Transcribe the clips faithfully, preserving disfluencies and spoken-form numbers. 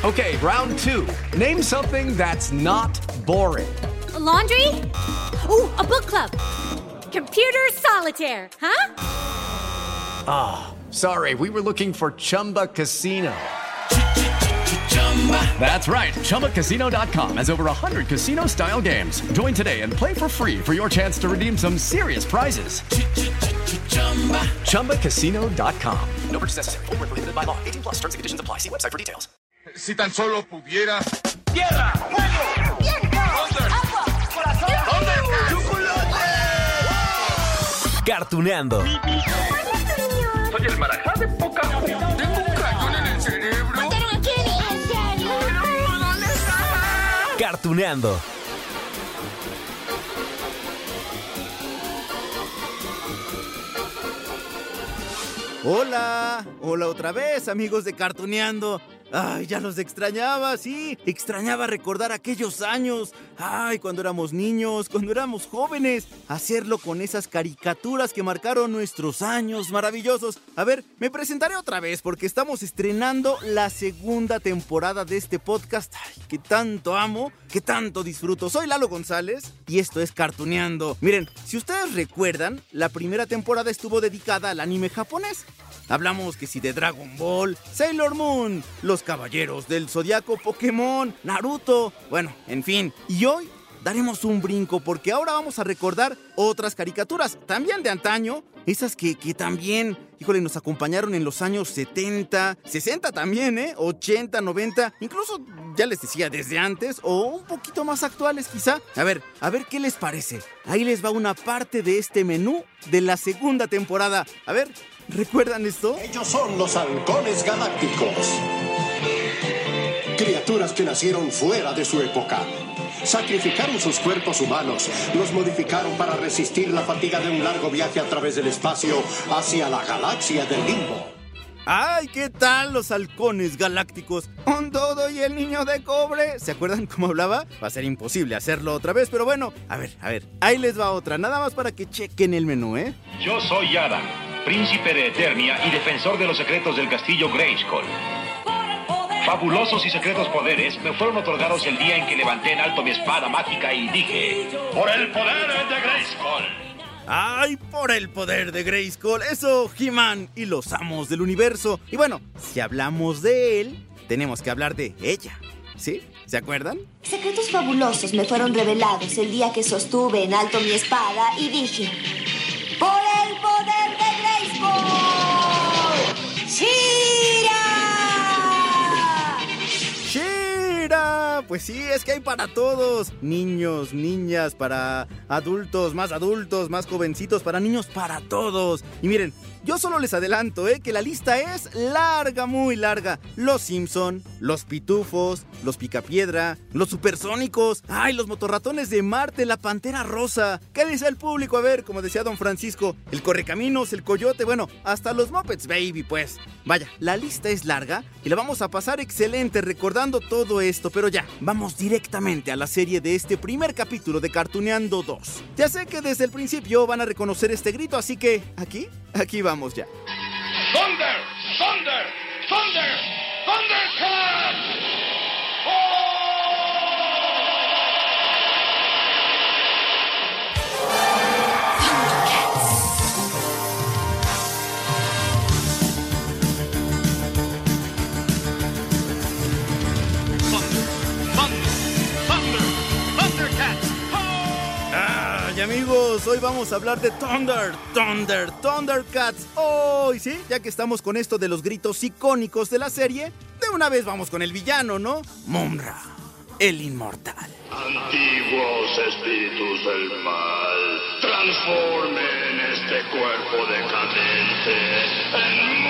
Okay, round two. Name something that's not boring. A laundry? Ooh, a book club. Computer solitaire, huh? Ah, oh, sorry. We were looking for Chumba Casino. That's right. Chumba Casino dot com has over one hundred casino-style games. Join today and play for free for your chance to redeem some serious prizes. Chumba Casino dot com. No purchase necessary. Void where prohibited by law. eighteen plus. Terms and conditions apply. See website for details. Si tan solo pudiera. ¡Tierra! ¡Fuego! ¡Viento! ¡Agua! ¡Corazón! ¡Chocolate! Cartuneando. Soy el marajá de Pocahontas. Tengo un cañón en el cerebro. ¿Mataron a Kenny? ¿En serio? ¡No, no le da! Cartuneando. Hola, hola otra vez, amigos de Cartuneando. Ay, ya los extrañaba, sí, extrañaba recordar aquellos años. Ay, cuando éramos niños, cuando éramos jóvenes, hacerlo con esas caricaturas que marcaron nuestros años maravillosos. A ver, me presentaré otra vez porque estamos estrenando la segunda temporada de este podcast. Ay, que tanto amo, que tanto disfruto. Soy Lalo González y esto es Cartuneando. Miren, si ustedes recuerdan, la primera temporada estuvo dedicada al anime japonés. Hablamos que si de Dragon Ball, Sailor Moon, Los Caballeros del Zodiaco, Pokémon, Naruto, bueno, en fin. Y hoy daremos un brinco porque ahora vamos a recordar otras caricaturas, también de antaño, esas que, que también, híjole, nos acompañaron en los años setenta, sesenta también, ¿eh? ochenta, noventa, incluso, ya les decía, desde antes o un poquito más actuales quizá. A ver, a ver qué les parece. Ahí les va una parte de este menú de la segunda temporada. A ver, ¿recuerdan esto? Ellos son los halcones galácticos. Criaturas que nacieron fuera de su época. Sacrificaron sus cuerpos humanos, los modificaron para resistir la fatiga de un largo viaje a través del espacio hacia la galaxia del limbo. ¡Ay, qué tal los halcones galácticos! ¡Un dodo y el niño de cobre! ¿Se acuerdan cómo hablaba? Va a ser imposible hacerlo otra vez, pero bueno, a ver, a ver, ahí les va otra, nada más para que chequen el menú, ¿eh? Yo soy Adam, príncipe de Eternia y defensor de los secretos del castillo Grayskull. Fabulosos y secretos poderes me fueron otorgados el día en que levanté en alto mi espada mágica y dije: ¡por el poder de Grayskull! ¡Ay, por el poder de Grayskull! ¡Eso, He-Man y los amos del universo! Y bueno, si hablamos de él, tenemos que hablar de ella, ¿sí? ¿Se acuerdan? Secretos fabulosos me fueron revelados el día que sostuve en alto mi espada y dije: ¡por el poder de Grayskull! ¡Shira! ¡Shira! Pues sí, es que hay para todos. Niños, niñas, para adultos, más adultos, más jovencitos, para niños, para todos. Y miren, yo solo les adelanto, ¿eh? Que la lista es larga, muy larga. Los Simpson, los Pitufos, los Picapiedra, los Supersónicos, ¡ay, los Motorratones de Marte, la Pantera Rosa! ¿Qué dice el público? A ver, como decía Don Francisco, el Correcaminos, el Coyote, bueno, hasta los Muppets Baby, pues. Vaya, la lista es larga y la vamos a pasar excelente recordando todo esto, pero ya, vamos directamente a la serie de este primer capítulo de Cartuneando dos. Ya sé que desde el principio van a reconocer este grito, así que, aquí, aquí vamos ya. ¡Thunder! ¡Thunder! ¡Thunder! ¡Thundercats! ¡Oh! Y amigos, hoy vamos a hablar de Thunder, Thunder, Thundercats. Oh, y sí, ya que estamos con esto de los gritos icónicos de la serie, de una vez vamos con el villano, ¿no? Mumm-Ra, el inmortal. Antiguos espíritus del mal, transformen este cuerpo decadente en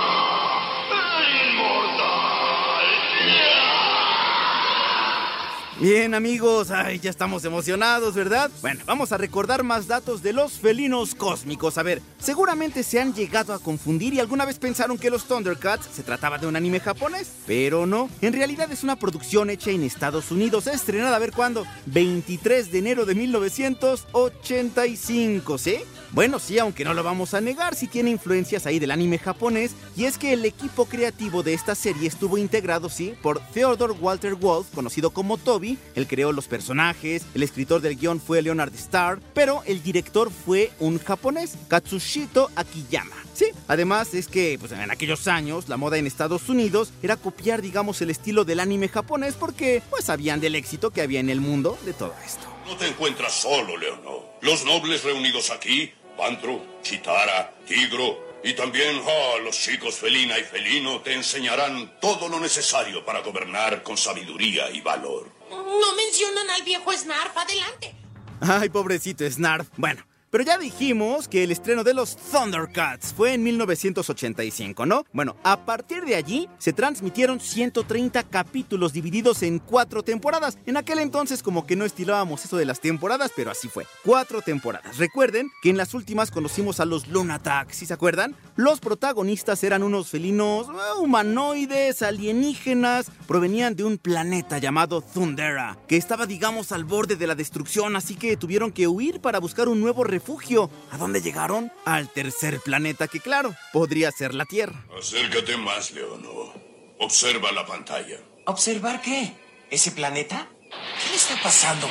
Mumm-Ra, el inmortal. Bien, amigos, ay, ya estamos emocionados, ¿verdad? Bueno, vamos a recordar más datos de los felinos cósmicos. A ver, seguramente se han llegado a confundir y alguna vez pensaron que los Thundercats se trataba de un anime japonés, pero no. En realidad es una producción hecha en Estados Unidos, estrenada a ver cuándo, veintitrés de enero de mil novecientos ochenta y cinco, ¿sí? Bueno, sí, aunque no lo vamos a negar, sí tiene influencias ahí del anime japonés, y es que el equipo creativo de esta serie estuvo integrado, sí, por Theodore Walter Wolf, conocido como Toby. Él creó los personajes, el escritor del guión fue Leonard Starr, pero el director fue un japonés, Katsushito Akiyama. Sí, además es que pues, en aquellos años la moda en Estados Unidos era copiar, digamos, el estilo del anime japonés porque pues sabían del éxito que había en el mundo de todo esto. No te encuentras solo, Leonor. Los nobles reunidos aquí, Pantro, Chitara, Tigro y también oh, los chicos Felina y Felino te enseñarán todo lo necesario para gobernar con sabiduría y valor. No mencionan al viejo Snarf, adelante. Ay, pobrecito Snarf. Bueno, pero ya dijimos que el estreno de los Thundercats fue en mil novecientos ochenta y cinco, ¿no? Bueno, a partir de allí se transmitieron ciento treinta capítulos divididos en cuatro temporadas. En aquel entonces como que no estilábamos eso de las temporadas, pero así fue. Cuatro temporadas. Recuerden que en las últimas conocimos a los Lunatics, ¿sí se acuerdan? Los protagonistas eran unos felinos uh, humanoides, alienígenas, provenían de un planeta llamado Thundera, que estaba, digamos, al borde de la destrucción, así que tuvieron que huir para buscar un nuevo refugio. refugio. ¿A dónde llegaron? Al tercer planeta, que claro, podría ser la Tierra. Acércate más, Leonor. Observa la pantalla. ¿Observar qué? ¿Ese planeta? ¿Qué le está pasando?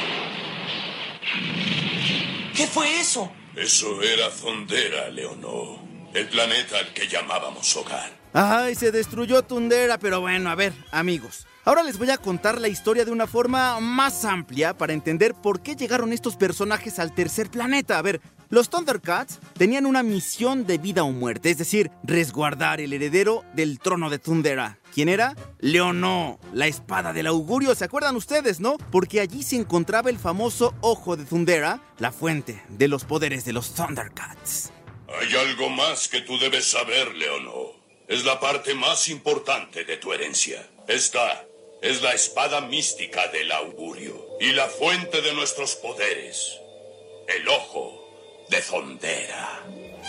¿Qué fue eso? Eso era Thundera, Leonor. El planeta al que llamábamos hogar. Ay, se destruyó Thundera, pero bueno, a ver, amigos. Ahora les voy a contar la historia de una forma más amplia para entender por qué llegaron estos personajes al tercer planeta. A ver, los Thundercats tenían una misión de vida o muerte, es decir, resguardar el heredero del trono de Thundera. ¿Quién era? Leonor, la espada del augurio, ¿se acuerdan ustedes, no? Porque allí se encontraba el famoso ojo de Thundera, la fuente de los poderes de los Thundercats. Hay algo más que tú debes saber, Leonor. Es la parte más importante de tu herencia. Esta es la espada mística del augurio y la fuente de nuestros poderes. El ojo de Thundera.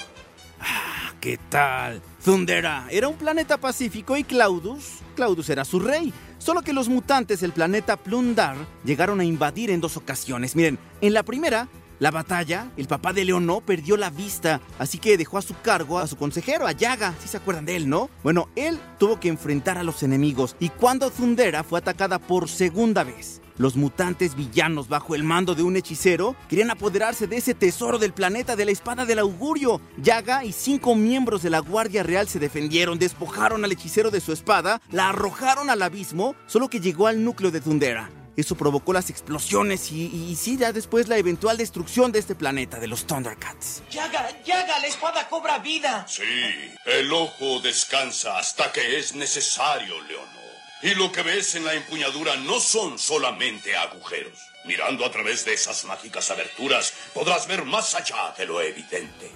Ah, ¿qué tal? Thundera era un planeta pacífico y Claudus, Claudus era su rey. Solo que los mutantes del planeta Plundar llegaron a invadir en dos ocasiones. Miren, en la primera, la batalla, el papá de Leonor perdió la vista, así que dejó a su cargo a su consejero, a Yaga. ¿Sí se acuerdan de él, no? Bueno, él tuvo que enfrentar a los enemigos, y cuando Thundera fue atacada por segunda vez, los mutantes villanos bajo el mando de un hechicero querían apoderarse de ese tesoro del planeta de la espada del augurio. Yaga y cinco miembros de la Guardia Real se defendieron, despojaron al hechicero de su espada, la arrojaron al abismo, solo que llegó al núcleo de Thundera. Eso provocó las explosiones y, y, y sí, ya después la eventual destrucción de este planeta, de los Thundercats. ¡Yaga, Yaga, la espada cobra vida! Sí, el ojo descansa hasta que es necesario, Leonor. Y lo que ves en la empuñadura no son solamente agujeros. Mirando a través de esas mágicas aberturas, podrás ver más allá de lo evidente.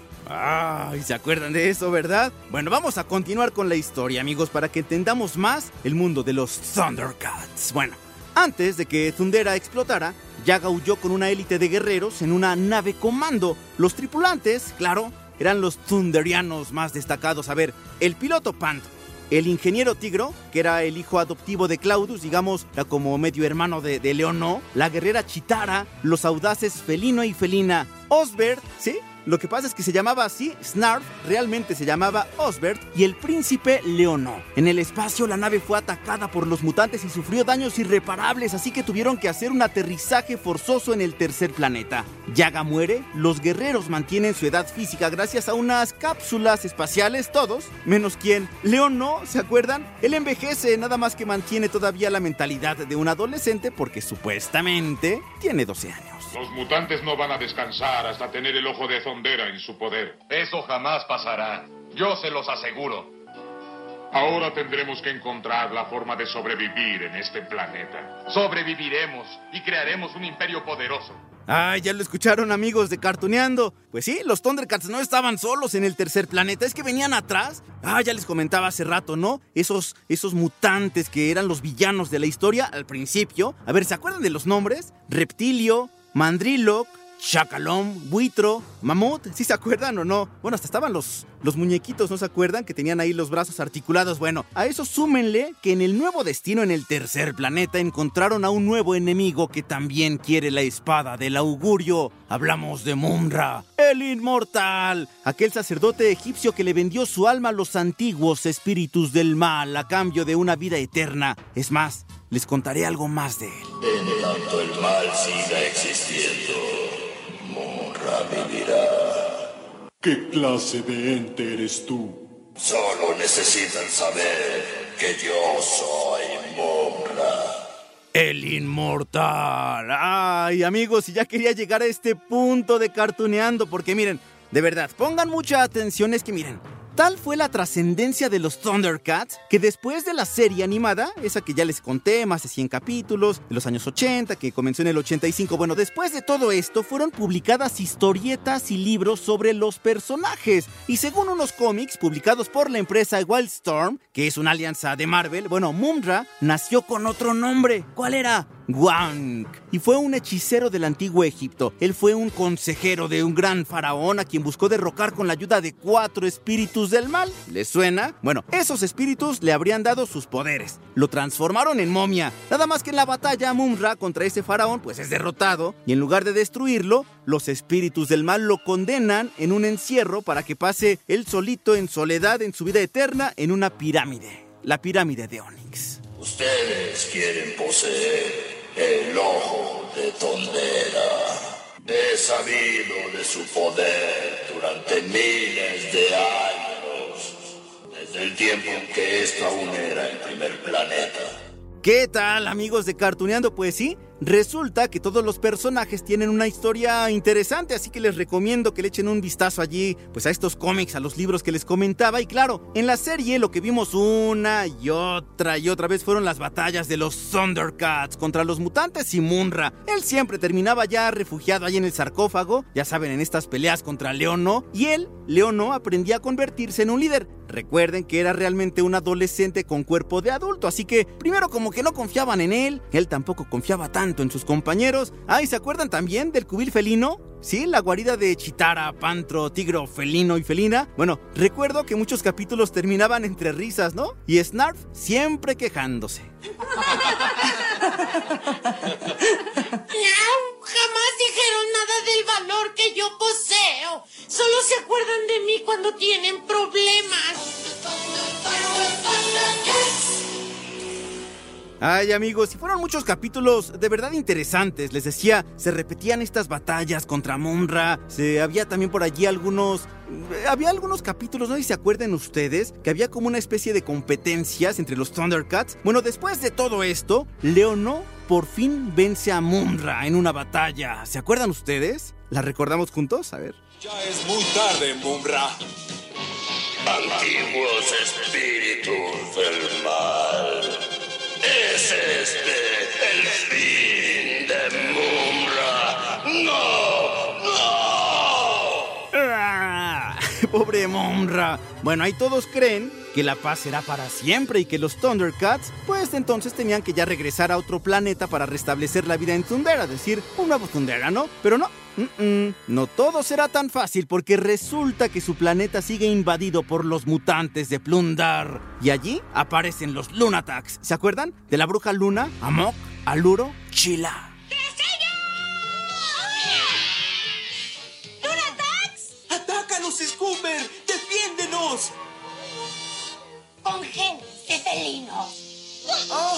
Ay, ¿se acuerdan de eso, verdad? Bueno, vamos a continuar con la historia, amigos, para que entendamos más el mundo de los Thundercats. Bueno, antes de que Thundera explotara, Yaga huyó con una élite de guerreros en una nave comando. Los tripulantes, claro, eran los Thunderianos más destacados. A ver, el piloto Pantro, el ingeniero Tigro, que era el hijo adoptivo de Claudus, digamos, era como medio hermano de, de Leonor, la guerrera Chitara, los audaces Felino y Felina, Osbert, ¿sí? Lo que pasa es que se llamaba así, Snarf, realmente se llamaba Osbert, y el príncipe Leonor. En el espacio la nave fue atacada por los mutantes y sufrió daños irreparables, así que tuvieron que hacer un aterrizaje forzoso en el tercer planeta. Yaga muere, los guerreros mantienen su edad física gracias a unas cápsulas espaciales, todos, menos quien, Leonor, ¿se acuerdan? Él envejece, nada más que mantiene todavía la mentalidad de un adolescente porque supuestamente tiene doce años. Los mutantes no van a descansar hasta tener el ojo de Thundera en su poder. Eso jamás pasará. Yo se los aseguro. Ahora tendremos que encontrar la forma de sobrevivir en este planeta. Sobreviviremos y crearemos un imperio poderoso. Ay, ya lo escucharon, amigos de Cartuneando. Pues sí, los Thundercats no estaban solos en el tercer planeta, es que venían atrás. Ah, ya les comentaba hace rato, ¿no? Esos, esos mutantes que eran los villanos de la historia al principio. A ver, ¿se acuerdan de los nombres? Reptilio, Mandriloc, Chacalón, Buitro, Mamut, ¿sí se acuerdan o no? Bueno, hasta estaban los, los muñequitos, ¿no se acuerdan? Que tenían ahí los brazos articulados. Bueno, a eso súmenle que en el nuevo destino en el tercer planeta encontraron a un nuevo enemigo que también quiere la espada del augurio. Hablamos de Mumm-Ra, el inmortal, aquel sacerdote egipcio que le vendió su alma a los antiguos espíritus del mal a cambio de una vida eterna. Es más, les contaré algo más de él. En tanto el mal siga existiendo, Mumm-Ra vivirá. ¿Qué clase de ente eres tú? Solo necesitan saber que yo soy Mumm-Ra. El inmortal. Ay, amigos, y ya quería llegar a este punto de Cartuneando, porque miren, de verdad, pongan mucha atención, es que miren, tal fue la trascendencia de los Thundercats que después de la serie animada, esa que ya les conté, más de cien capítulos, de los años ochenta, que comenzó en el ochenta y cinco, bueno, después de todo esto fueron publicadas historietas y libros sobre los personajes. Y según unos cómics publicados por la empresa Wildstorm, que es una alianza de Marvel, bueno, Mumm-Ra nació con otro nombre. ¿Cuál era? Gwang. Y fue un hechicero del antiguo Egipto. Él fue un consejero de un gran faraón a quien buscó derrocar con la ayuda de cuatro espíritus del mal. ¿Les suena? Bueno, esos espíritus le habrían dado sus poderes. Lo transformaron en momia. Nada más que en la batalla Mumm-Ra contra ese faraón pues es derrotado y en lugar de destruirlo, los espíritus del mal lo condenan en un encierro para que pase él solito en soledad en su vida eterna en una pirámide. La pirámide de Onix. Ustedes quieren poseer el ojo de Thundera. He sabido de su poder durante miles de años, desde el tiempo en que esto aún era el primer planeta. ¿Qué tal, amigos de Cartuneando? Pues sí, resulta que todos los personajes tienen una historia interesante, así que les recomiendo que le echen un vistazo allí, pues a estos cómics, a los libros que les comentaba. Y claro, en la serie lo que vimos una y otra y otra vez fueron las batallas de los Thundercats contra los mutantes y Mumm-Ra. Él siempre terminaba ya refugiado ahí en el sarcófago, ya saben, en estas peleas contra Leono, y él, Leono, aprendía a convertirse en un líder. Recuerden que era realmente un adolescente con cuerpo de adulto, así que primero como que no confiaban en él, él tampoco confiaba tanto en sus compañeros. Ah, ¿y se acuerdan también del cubil felino? Sí, la guarida de Chitara, Pantro, Tigro, Felino y Felina. Bueno, recuerdo que muchos capítulos terminaban entre risas, ¿no? Y Snarf siempre quejándose. Jamás dijeron nada del valor que yo poseo. Solo se acuerdan de mí cuando tienen problemas. Ay, amigos, y fueron muchos capítulos de verdad interesantes. Les decía, se repetían estas batallas contra Mumm-Ra. Se había también por allí algunos... Había algunos capítulos, no sé si se acuerdan ustedes, que había como una especie de competencias entre los Thundercats. Bueno, después de todo esto, Leono por fin vence a Mumm-Ra en una batalla. ¿Se acuerdan ustedes? ¿La recordamos juntos? A ver. Ya es muy tarde, Mumm-Ra. Antiguos espíritus del mal. ¿Es este el fin de Mumm-Ra? ¡No! ¡No! ¡Ah! ¡Pobre Mumm-Ra! Bueno, ahí todos creen que la paz será para siempre y que los Thundercats, pues entonces tenían que ya regresar a otro planeta para restablecer la vida en Thundera, es decir, un nuevo Thundera, ¿no? Pero no. Mm-mm. No todo será tan fácil porque resulta que su planeta sigue invadido por los mutantes de Plun-Darr. Y allí aparecen los Lunatics. ¿Se acuerdan? De la bruja Luna, Amok, Aluro, Chila. ¡Lunatics! ¡Atácanos, Scooper! ¡Defiéndenos! Con genes de felinos. ¡Oh!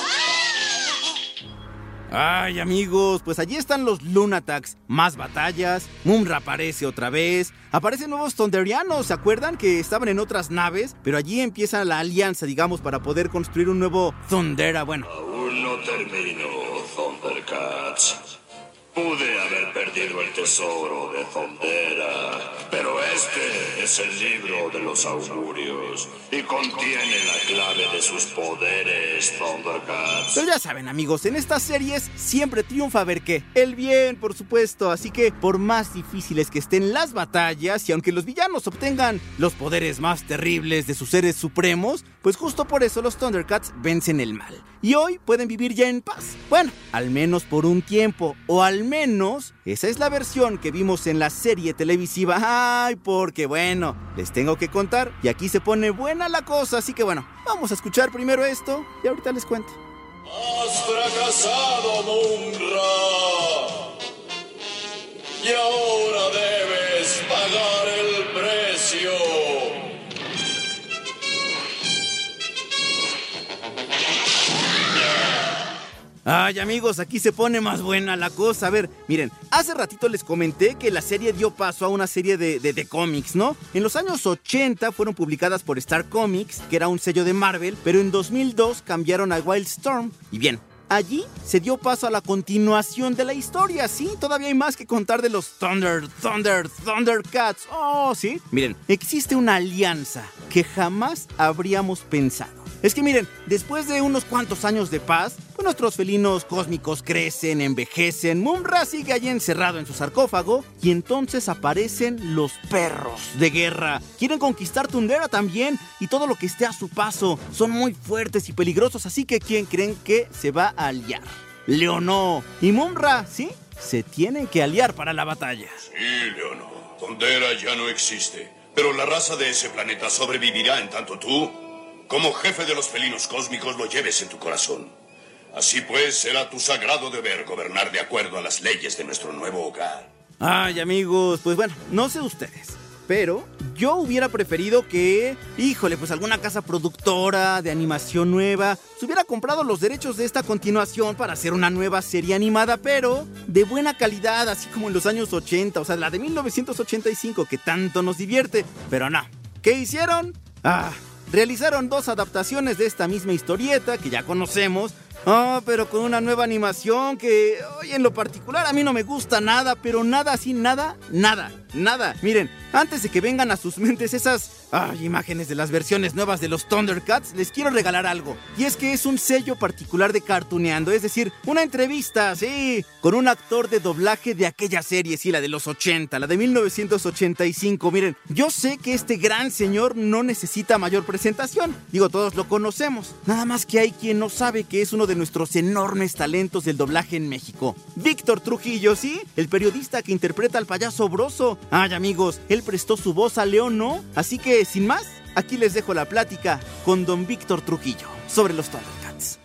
Ay, amigos, pues allí están los Lunatics. Más batallas, Mumm-Ra aparece otra vez, aparecen nuevos Thunderianos, ¿se acuerdan? Que estaban en otras naves, pero allí empieza la alianza, digamos, para poder construir un nuevo Thundera, bueno. Aún no termino, Thundercats. Pude haber perdido el tesoro de Thundera, pero este es el libro de los augurios y contiene la clave de sus poderes mis Thundercats. Pero ya saben, amigos, en estas series siempre triunfa a ver qué. El bien, por supuesto. Así que, por más difíciles que estén las batallas, y aunque los villanos obtengan los poderes más terribles de sus seres supremos, pues justo por eso los Thundercats vencen el mal. Y hoy pueden vivir ya en paz. Bueno, al menos por un tiempo. O al menos, esa es la versión que vimos en la serie televisiva. Ay, porque bueno, les tengo que contar. Y aquí se pone buena la cosa. Así que bueno, vamos a escuchar primero esto y ahorita les cuento. Has fracasado, Mumm-Ra. Y ahora debes pagar el precio. Ay, amigos, aquí se pone más buena la cosa. A ver, miren, hace ratito les comenté que la serie dio paso a una serie de, de, de cómics, ¿no? En los años ochenta fueron publicadas por Star Comics, que era un sello de Marvel, pero en dos mil dos cambiaron a Wildstorm. Y bien, allí se dio paso a la continuación de la historia, ¿sí? Todavía hay más que contar de los Thunder, Thunder, Thundercats. Oh, ¿sí? Miren, existe una alianza que jamás habríamos pensado. Es que miren, después de unos cuantos años de paz, pues nuestros felinos cósmicos crecen, envejecen, Mumm-Ra sigue allí encerrado en su sarcófago, y entonces aparecen los perros de guerra. Quieren conquistar Thundera también, y todo lo que esté a su paso. Son muy fuertes y peligrosos, así que ¿quién creen que se va a aliar? Leono y Mumm-Ra, ¿sí? Se tienen que aliar para la batalla. Sí, Leono. Thundera ya no existe, pero la raza de ese planeta sobrevivirá en tanto tú, como jefe de los felinos cósmicos, lo lleves en tu corazón. Así pues, será tu sagrado deber gobernar de acuerdo a las leyes de nuestro nuevo hogar. Ay, amigos, pues bueno, no sé ustedes, pero yo hubiera preferido que, híjole, pues alguna casa productora de animación nueva se hubiera comprado los derechos de esta continuación para hacer una nueva serie animada, pero de buena calidad, así como en los años ochenta, o sea, la de mil novecientos ochenta y cinco, que tanto nos divierte. Pero no, ¿qué hicieron? Ah... Realizaron dos adaptaciones de esta misma historieta que ya conocemos, oh, pero con una nueva animación que, oye, en lo particular a mí no me gusta nada, pero nada así, nada, nada, nada. Miren, antes de que vengan a sus mentes esas ay, imágenes de las versiones nuevas de los Thundercats, les quiero regalar algo. Y es que es un sello particular de Cartooneando, es decir, una entrevista, sí, con un actor de doblaje de aquella serie, sí, la de los ochenta, la de mil novecientos ochenta y cinco. Miren, yo sé que este gran señor no necesita mayor presentación, digo, todos lo conocemos, nada más que hay quien no sabe que es uno de nuestros enormes talentos del doblaje en México. Víctor Trujillo, ¿sí? El periodista que interpreta al payaso Broso. Ay, amigos, él prestó su voz a León, ¿no? Así que, sin más, aquí les dejo la plática con don Víctor Trujillo sobre los Thundercats.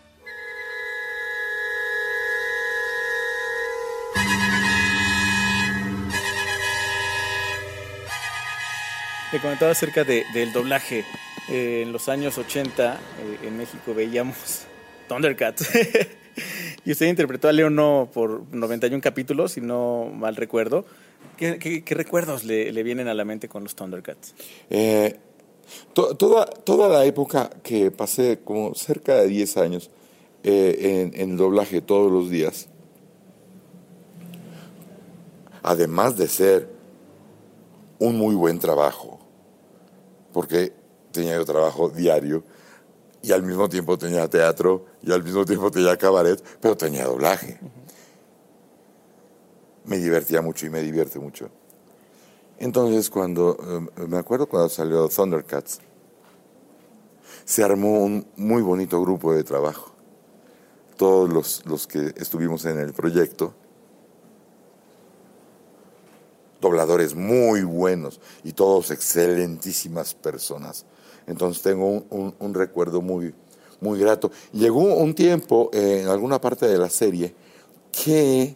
Le comentaba acerca de, del doblaje. Eh, en los años ochenta, eh, en México veíamos Thundercats. Y usted interpretó a Leono por noventa y uno capítulos, si no mal recuerdo. ¿Qué, qué, qué recuerdos le, le vienen a la mente con los Thundercats? Eh, to, toda, toda la época que pasé, como cerca de diez años, eh, en, en doblaje todos los días, además de ser un muy buen trabajo, porque tenía yo trabajo diario, y al mismo tiempo tenía teatro, y al mismo tiempo tenía cabaret, pero tenía doblaje. Uh-huh. Me divertía mucho y me divierte mucho. Entonces, cuando, eh, me acuerdo cuando salió Thundercats, se armó un muy bonito grupo de trabajo. Todos los, los que estuvimos en el proyecto, dobladores muy buenos y todos excelentísimas personas. Entonces tengo un, un, un recuerdo muy, muy grato. Llegó un tiempo eh, en alguna parte de la serie que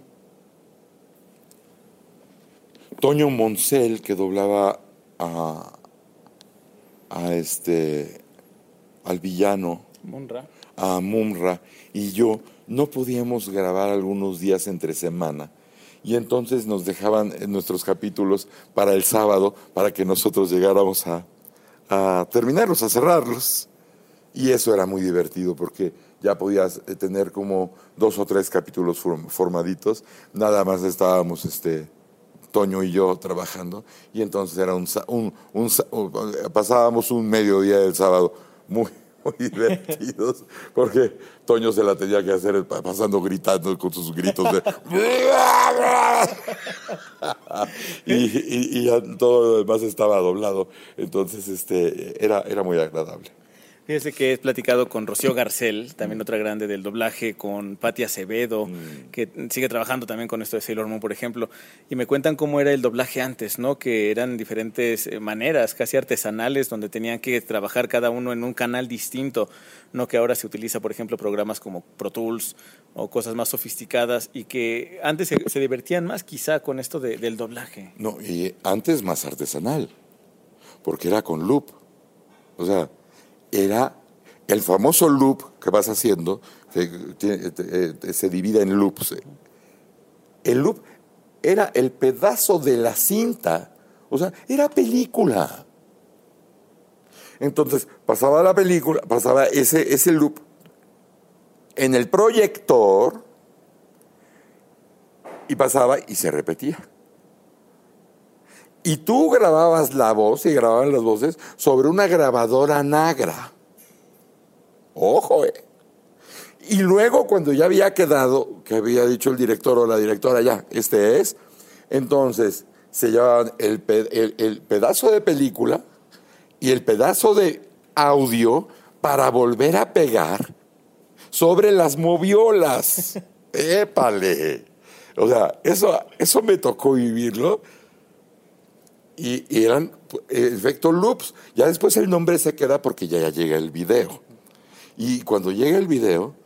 Toño Moncel, que doblaba a, a este, al villano, Mumm-Ra. a Mumm-Ra, y yo no podíamos grabar algunos días entre semana. Y entonces nos dejaban nuestros capítulos para el sábado, para que nosotros llegáramos a, a terminarlos, a cerrarlos. Y eso era muy divertido, porque ya podías tener como dos o tres capítulos formaditos. Nada más estábamos este, Toño y yo trabajando. Y entonces era un, un, un, un pasábamos un mediodía del sábado muy, muy divertidos, porque Toño se la tenía que hacer pasando gritando con sus gritos de... y, y, y ya todo lo demás estaba doblado. Entonces este, era, era muy agradable. Fíjese que he platicado con Rocío Garcel, también otra grande del doblaje, con Pati Acevedo, mm. que sigue trabajando también con esto de Sailor Moon, por ejemplo, y me cuentan cómo era el doblaje antes, ¿no? Que eran diferentes maneras, casi artesanales, donde tenían que trabajar cada uno en un canal distinto, no que ahora se utiliza, por ejemplo, programas como Pro Tools o cosas más sofisticadas, y que antes se, se divertían más quizá con esto de, del doblaje. No, y antes más artesanal, porque era con loop, o sea... era el famoso loop que vas haciendo, que se divide en loops. El loop era el pedazo de la cinta, o sea, era película. Entonces, pasaba la película, pasaba ese, ese loop en el proyector y pasaba y se repetía. Y tú grababas la voz y grababan las voces sobre una grabadora Nagra. Ojo, eh. Y luego, cuando ya había quedado, que había dicho el director o la directora, ya, este es, entonces se llevaban el, el, el pedazo de película y el pedazo de audio para volver a pegar sobre las moviolas. ¡Épale! O sea, eso, eso me tocó vivirlo. Y, y eran en efecto loops. Ya después el nombre se queda porque ya, ya llega el video. Y cuando llega el video,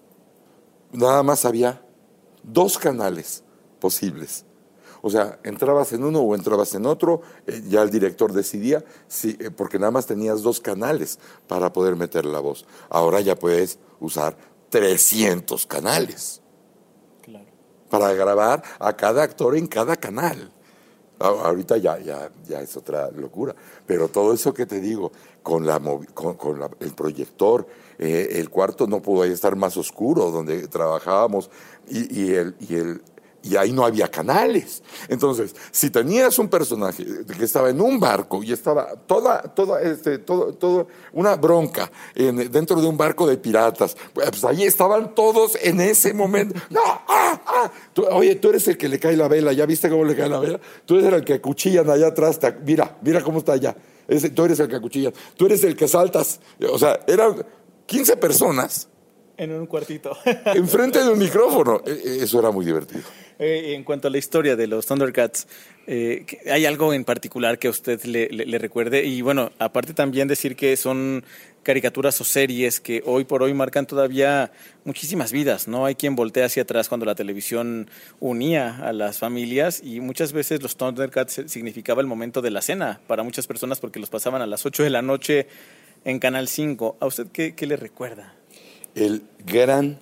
nada más había dos canales posibles. O sea, entrabas en uno o entrabas en otro, eh, ya el director decidía, sí, eh, porque nada más tenías dos canales para poder meter la voz. Ahora ya puedes usar trescientos canales. Claro. Para grabar a cada actor en cada canal. Ahorita ya, ya, ya es otra locura, pero todo eso que te digo, con, la, con, con la, el proyector, eh, el cuarto no pudo estar más oscuro donde trabajábamos y, y, el, y, el, y ahí no había canales. Entonces, si tenías un personaje que estaba en un barco y estaba toda, toda este, todo, todo una bronca en, dentro de un barco de piratas, pues ahí estaban todos en ese momento. ¡No! ¡Ah! ¡Ah! Tú, oye, tú eres el que le cae la vela, ¿ya viste cómo le cae la vela? Tú eres el que acuchillan allá atrás, te, mira, mira cómo está allá. Es, tú eres el que acuchillan, tú eres el que saltas. O sea, eran quince personas. En un cuartito. Enfrente de un micrófono. Eso era muy divertido. Eh, en cuanto a la historia de los Thundercats, eh, ¿hay algo en particular que a usted le, le, le recuerde? Y bueno, aparte también decir que son caricaturas o series que hoy por hoy marcan todavía muchísimas vidas, ¿no? Hay quien voltea hacia atrás cuando la televisión unía a las familias y muchas veces los Thundercats significaba el momento de la cena para muchas personas porque los pasaban a las ocho de la noche en Canal cinco. ¿A usted qué, qué le recuerda? El gran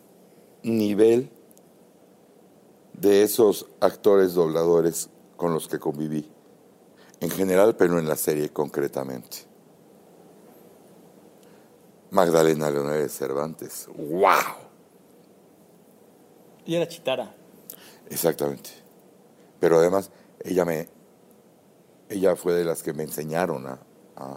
nivel de esos actores dobladores con los que conviví, en general, pero en la serie concretamente. Magdalena Leonel Cervantes, ¡wow! Y era Chitara. Exactamente. Pero además, ella me, ella fue de las que me enseñaron a, a,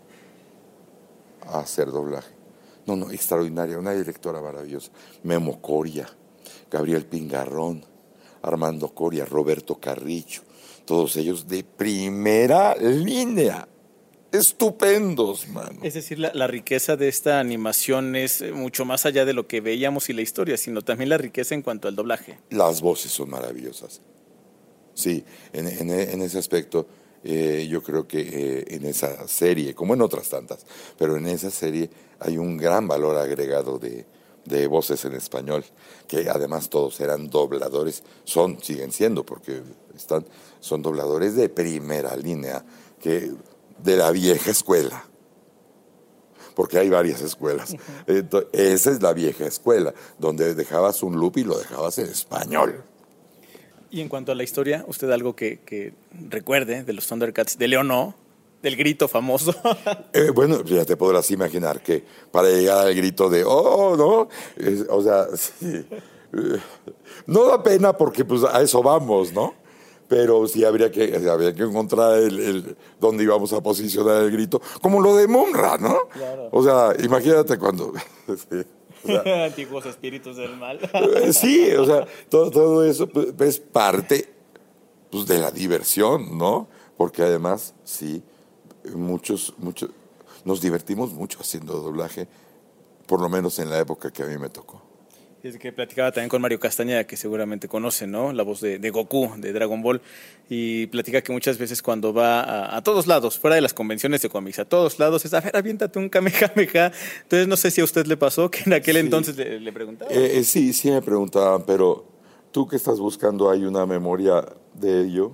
a hacer doblaje. No, no, extraordinaria, una directora maravillosa. Memo Coria, Gabriel Pingarrón, Armando Coria, Roberto Carrillo, todos ellos de primera línea. Estupendos, mano. Es decir, la, la riqueza de esta animación es mucho más allá de lo que veíamos y la historia, sino también la riqueza en cuanto al doblaje. Las voces son maravillosas. Sí, en, en, en ese aspecto, eh, yo creo que eh, en esa serie, como en otras tantas, pero en esa serie hay un gran valor agregado de, de voces en español, que además todos eran dobladores, son, siguen siendo, porque están, son dobladores de primera línea, que de la vieja escuela, porque hay varias escuelas. Uh-huh. Entonces, esa es la vieja escuela, donde dejabas un loop y lo dejabas en español. Y en cuanto a la historia, ¿usted algo que, que recuerde de los Thundercats, de Leonó, del grito famoso? eh, bueno, ya te podrás imaginar que para llegar al grito de ¡oh, no! Eh, o sea, sí, eh, no da pena porque pues a eso vamos, ¿no? pero sí habría que, habría que encontrar el, el dónde íbamos a posicionar el grito, como lo de Munra, ¿no? Claro. O sea, imagínate cuando... sí, o sea, antiguos espíritus del mal. sí, o sea, todo, todo eso pues, es parte pues, de la diversión, ¿no? Porque además, sí, muchos, muchos, nos divertimos mucho haciendo doblaje, por lo menos en la época que a mí me tocó. Es que platicaba también con Mario Castañeda, que seguramente conoce, ¿no? La voz de, de Goku, de Dragon Ball, y platica que muchas veces cuando va a, a todos lados, fuera de las convenciones de cómics, a todos lados, es, a ver, aviéntate un Kamehameha. Entonces, no sé si a usted le pasó, que en aquel sí. entonces le, le preguntaban. Eh, eh, sí, sí me preguntaban, pero tú que estás buscando, ¿hay una memoria de ello?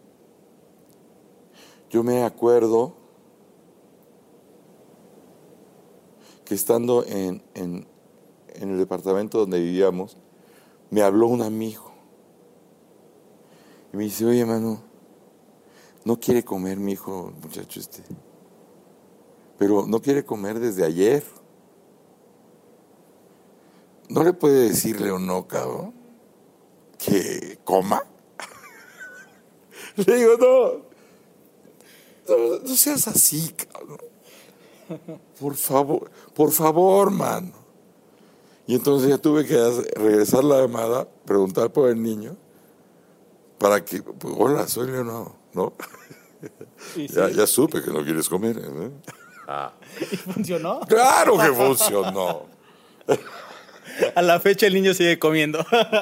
Yo me acuerdo que estando en... en en el departamento donde vivíamos, me habló un amigo. Y me dice, oye, Manu, no quiere comer mi hijo, muchacho este. Pero no quiere comer desde ayer. ¿No le puede decirle o no, cabrón, que coma? Le digo, no, no, no seas así, cabrón. Por favor, por favor, mano. Y entonces ya tuve que regresar la llamada, preguntar por el niño, para que, pues, hola, soy Leonardo, ¿no? Sí, sí. Ya, ya supe que no quieres comer, ¿eh? Ah. ¿Y funcionó? ¡Claro que funcionó! A la fecha el niño sigue comiendo.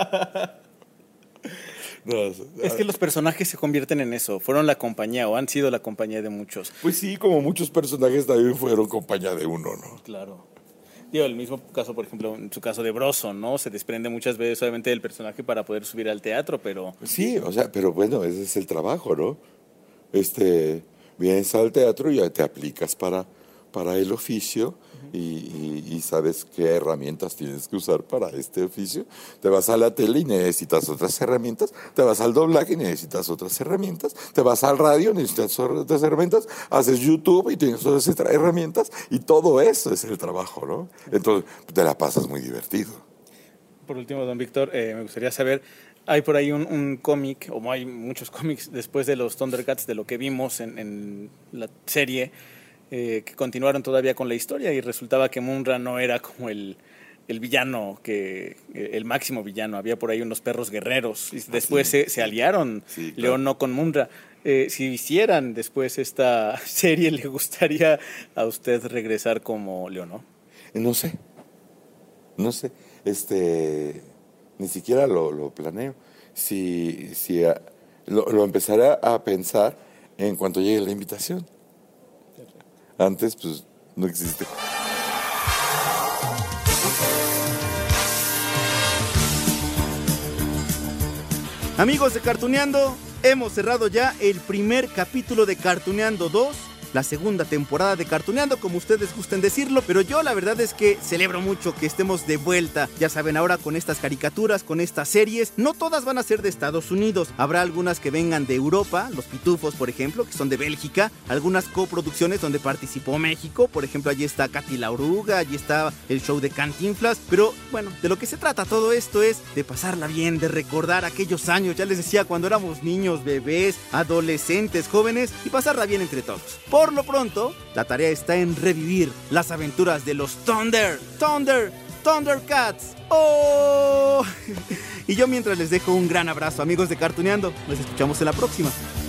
No, es que los personajes se convierten en eso, fueron la compañía o han sido la compañía de muchos. Pues sí, como muchos personajes también fueron compañía de uno, ¿no? Claro. Digo, el mismo caso, por ejemplo, en su caso de Broso, ¿no? Se desprende muchas veces obviamente del personaje para poder subir al teatro, pero... Sí, o sea, pero bueno, ese es el trabajo, ¿no? Este, vienes al teatro y ya te aplicas para, para el oficio uh-huh. y, y, y sabes qué herramientas tienes que usar para este oficio. Te vas a la tele y necesitas otras herramientas, te vas al doblaje y necesitas otras herramientas, te vas al radio y necesitas otras herramientas, haces YouTube y tienes otras herramientas y todo eso es el trabajo, ¿no? Entonces te la pasas muy divertido. Por último, don Víctor, eh, me gustaría saber, hay por ahí un, un cómic, o hay muchos cómics después de los Thundercats, de lo que vimos en, en la serie, eh, que continuaron todavía con la historia y resultaba que Munra no era como el, el villano, que el máximo villano. Había por ahí unos perros guerreros y después sí. se, se aliaron, sí, claro. Leono con Munra. Eh, si hicieran después esta serie, ¿le gustaría a usted regresar como Leono? No sé, no sé, este, ni siquiera lo, lo planeo. Si, si a, lo, lo empezaré a pensar en cuanto llegue la invitación. Antes, pues, no existe. Amigos de Cartuneando, hemos cerrado ya el primer capítulo de Cartuneando dos, la segunda temporada de Cartuneando, como ustedes gusten decirlo, pero yo la verdad es que celebro mucho que estemos de vuelta. Ya saben, ahora con estas caricaturas, con estas series, no todas van a ser de Estados Unidos. Habrá algunas que vengan de Europa, los Pitufos, por ejemplo, que son de Bélgica, algunas coproducciones donde participó México, por ejemplo, allí está Katy la Oruga, allí está el show de Cantinflas, pero bueno, de lo que se trata todo esto es de pasarla bien, de recordar aquellos años, ya les decía, cuando éramos niños, bebés, adolescentes, jóvenes, y pasarla bien entre todos. Por lo pronto, la tarea está en revivir las aventuras de los Thunder, Thunder, Thundercats. ¡Oh! Y yo mientras les dejo un gran abrazo, amigos de Cartuneando. Nos escuchamos en la próxima.